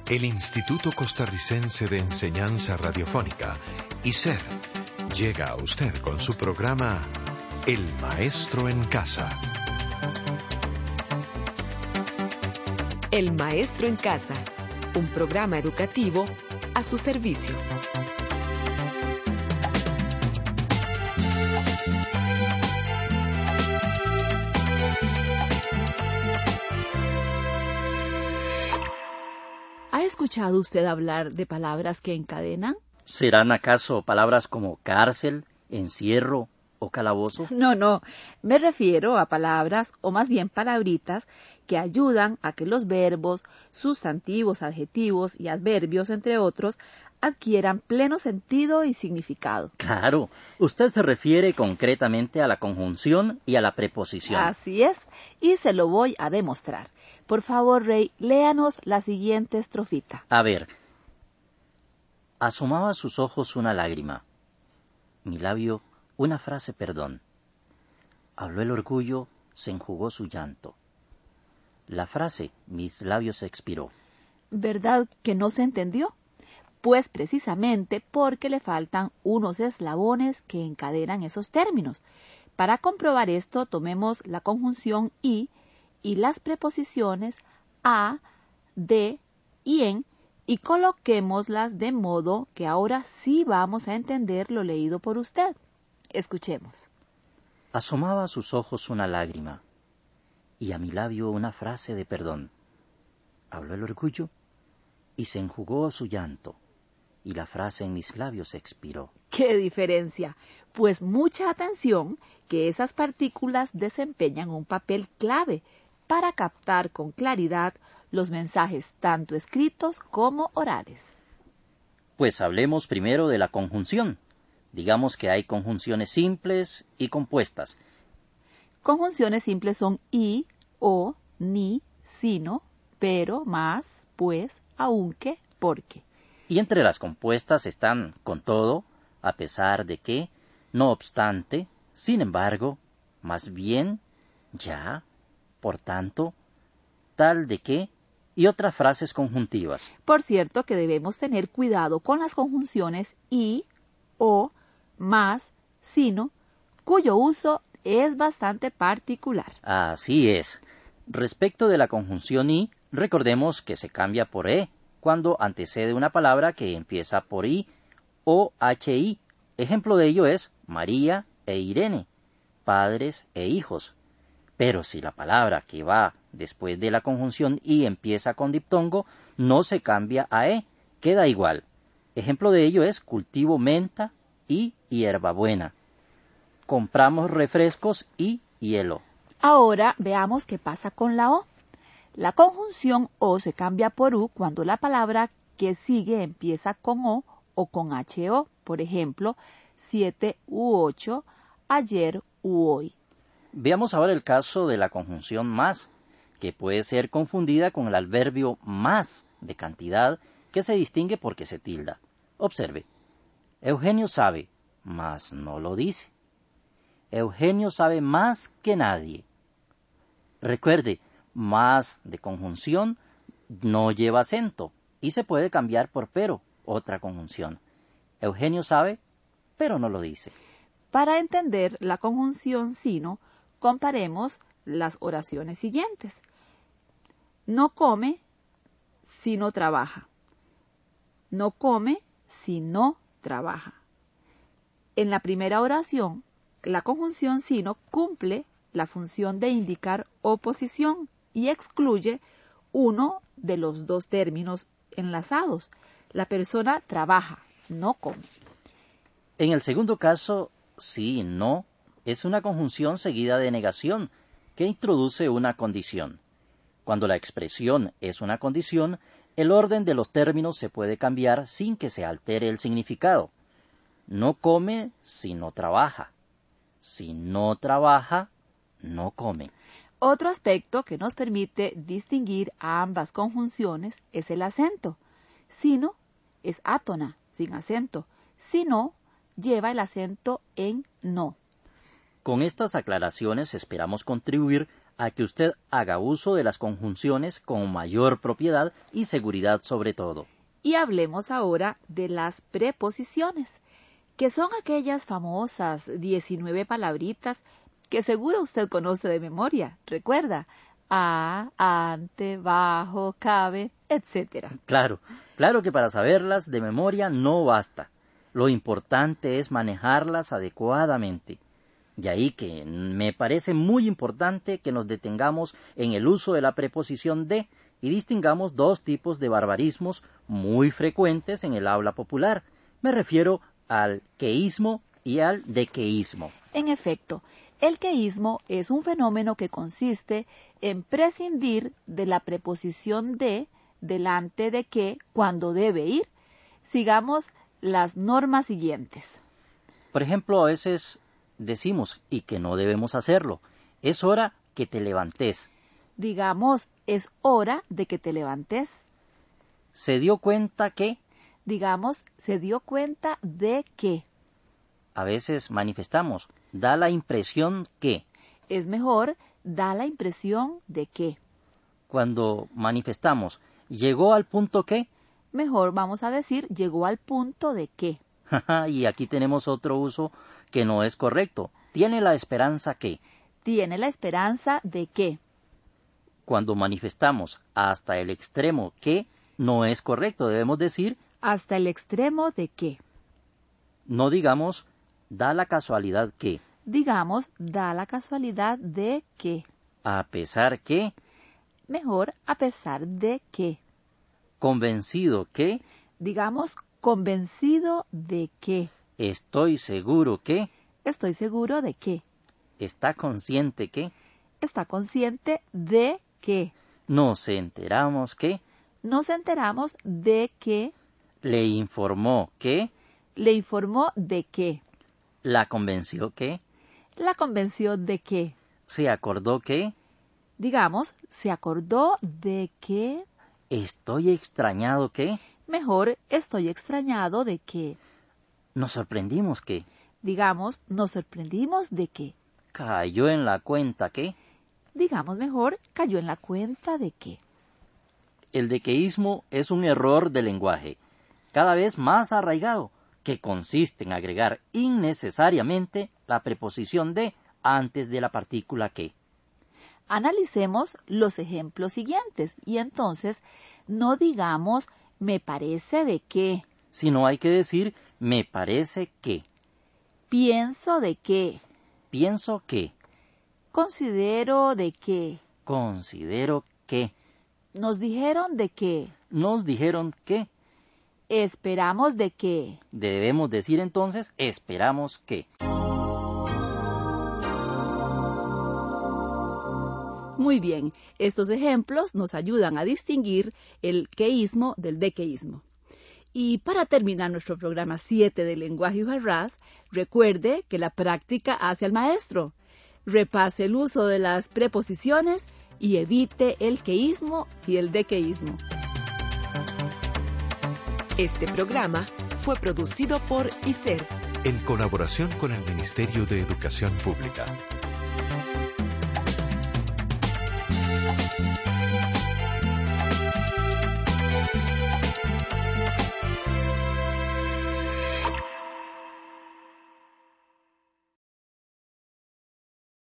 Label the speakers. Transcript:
Speaker 1: El Instituto Costarricense de Enseñanza Radiofónica, ICER, llega a usted con su programa El Maestro en Casa.
Speaker 2: El Maestro en Casa, un programa educativo a su servicio.
Speaker 3: ¿Ha escuchado usted hablar de palabras que encadenan?
Speaker 4: ¿Serán acaso palabras como cárcel, encierro o calabozo?
Speaker 3: No, me refiero a palabras, o más bien palabritas, que ayudan a que los verbos, sustantivos, adjetivos y adverbios, entre otros, adquieran pleno sentido y significado.
Speaker 4: Claro, usted se refiere concretamente a la conjunción y a la preposición.
Speaker 3: Así es, y se lo voy a demostrar. Por favor, Rey, léanos la siguiente estrofita.
Speaker 4: A ver. Asomaba a sus ojos una lágrima. Mi labio, una frase perdón. Habló el orgullo, se enjugó su llanto. La frase, mis labios expiró.
Speaker 3: ¿Verdad que no se entendió? Pues precisamente porque le faltan unos eslabones que encadenan esos términos. Para comprobar esto, tomemos la conjunción y las preposiciones a, de y en, y coloquémoslas de modo que ahora sí vamos a entender lo leído por usted. Escuchemos.
Speaker 4: Asomaba a sus ojos una lágrima, y a mi labio una frase de perdón. Habló el orgullo, y se enjugó su llanto, y la frase en mis labios expiró.
Speaker 3: ¡Qué diferencia! Pues mucha atención, que esas partículas desempeñan un papel clave para captar con claridad los mensajes tanto escritos como orales.
Speaker 4: Pues hablemos primero de la conjunción. Digamos que hay conjunciones simples y compuestas.
Speaker 3: Conjunciones simples son y, o, ni, sino, pero, más, pues, aunque, porque.
Speaker 4: Y entre las compuestas están con todo, a pesar de que, no obstante, sin embargo, más bien, ya, por tanto, tal de que, y otras frases conjuntivas.
Speaker 3: Por cierto que debemos tener cuidado con las conjunciones y, o, más, sino, cuyo uso es bastante particular.
Speaker 4: Así es. Respecto de la conjunción y, recordemos que se cambia por e cuando antecede una palabra que empieza por i o hi. Ejemplo de ello es María e Irene, padres e hijos. Pero si la palabra que va después de la conjunción y empieza con diptongo, no se cambia a e, queda igual. Ejemplo de ello es cultivo menta y hierbabuena. Compramos refrescos y hielo.
Speaker 3: Ahora veamos qué pasa con la o. La conjunción o se cambia por u cuando la palabra que sigue empieza con o con ho. Por ejemplo, 7 u 8, ayer u hoy.
Speaker 4: Veamos ahora el caso de la conjunción más, que puede ser confundida con el adverbio más de cantidad, que se distingue porque se tilda. Observe. Eugenio sabe, mas no lo dice. Eugenio sabe más que nadie. Recuerde, más de conjunción no lleva acento y se puede cambiar por pero, otra conjunción. Eugenio sabe, pero no lo dice.
Speaker 3: Para entender la conjunción sino, comparemos las oraciones siguientes. No come si no trabaja. No come si no trabaja. En la primera oración, la conjunción sino cumple la función de indicar oposición y excluye uno de los dos términos enlazados. La persona trabaja, no come.
Speaker 4: En el segundo caso, sí y no es una conjunción seguida de negación que introduce una condición. Cuando la expresión es una condición, el orden de los términos se puede cambiar sin que se altere el significado. No come si no trabaja. Si no trabaja, no come.
Speaker 3: Otro aspecto que nos permite distinguir a ambas conjunciones es el acento. Sino es átona, sin acento. Sino lleva el acento en no.
Speaker 4: Con estas aclaraciones esperamos contribuir a que usted haga uso de las conjunciones con mayor propiedad y seguridad sobre todo.
Speaker 3: Y hablemos ahora de las preposiciones, que son aquellas famosas 19 palabritas que seguro usted conoce de memoria. Recuerda, a, ante, bajo, cabe, etc.
Speaker 4: Claro que para saberlas de memoria no basta. Lo importante es manejarlas adecuadamente. De ahí que me parece muy importante que nos detengamos en el uso de la preposición de y distingamos dos tipos de barbarismos muy frecuentes en el habla popular. Me refiero al queísmo y al dequeísmo.
Speaker 3: En efecto, el queísmo es un fenómeno que consiste en prescindir de la preposición de delante de que cuando debe ir. Sigamos las normas siguientes.
Speaker 4: Por ejemplo, a veces decimos, y que no debemos hacerlo, es hora que te levantes.
Speaker 3: Digamos, es hora de que te levantes.
Speaker 4: ¿Se dio cuenta que?
Speaker 3: Digamos, se dio cuenta de que.
Speaker 4: A veces manifestamos, da la impresión que.
Speaker 3: Es mejor, da la impresión de que.
Speaker 4: Cuando manifestamos, llegó al punto que.
Speaker 3: Mejor vamos a decir, llegó al punto de que.
Speaker 4: Y aquí tenemos otro uso que no es correcto. Tiene la esperanza que.
Speaker 3: Tiene la esperanza de que.
Speaker 4: Cuando manifestamos hasta el extremo que, no es correcto. Debemos decir
Speaker 3: hasta el extremo de que.
Speaker 4: No digamos, da la casualidad que.
Speaker 3: Digamos, da la casualidad de que.
Speaker 4: A pesar que.
Speaker 3: Mejor, a pesar de que.
Speaker 4: Convencido que.
Speaker 3: Digamos, convencido de que.
Speaker 4: Estoy seguro que.
Speaker 3: Estoy seguro de que.
Speaker 4: Está consciente que.
Speaker 3: Está consciente de que.
Speaker 4: Nos enteramos que.
Speaker 3: Nos enteramos de que.
Speaker 4: Le informó que.
Speaker 3: Le informó de que.
Speaker 4: La convenció que.
Speaker 3: La convenció de que.
Speaker 4: Se acordó que.
Speaker 3: Digamos, se acordó de que.
Speaker 4: Estoy extrañado que.
Speaker 3: Mejor, estoy extrañado de que.
Speaker 4: Nos sorprendimos que.
Speaker 3: Digamos, nos sorprendimos de que.
Speaker 4: Cayó en la cuenta que.
Speaker 3: Digamos mejor, cayó en la cuenta de que.
Speaker 4: El dequeísmo es un error de lenguaje, cada vez más arraigado, que consiste en agregar innecesariamente la preposición de antes de la partícula que.
Speaker 3: Analicemos los ejemplos siguientes y entonces no digamos me parece de que,
Speaker 4: sino hay que decir me parece que.
Speaker 3: Pienso de que.
Speaker 4: Pienso que.
Speaker 3: Considero de que.
Speaker 4: Considero que.
Speaker 3: Nos dijeron de que.
Speaker 4: Nos dijeron que.
Speaker 3: Esperamos de que.
Speaker 4: Debemos decir entonces esperamos que.
Speaker 3: Muy bien, estos ejemplos nos ayudan a distinguir el queísmo del dequeísmo. Y para terminar nuestro programa 7 de lenguaje y jarras, recuerde que la práctica hace al maestro. Repase el uso de las preposiciones y evite el queísmo y el dequeísmo.
Speaker 2: Este programa fue producido por ICER
Speaker 1: en colaboración con el Ministerio de Educación Pública.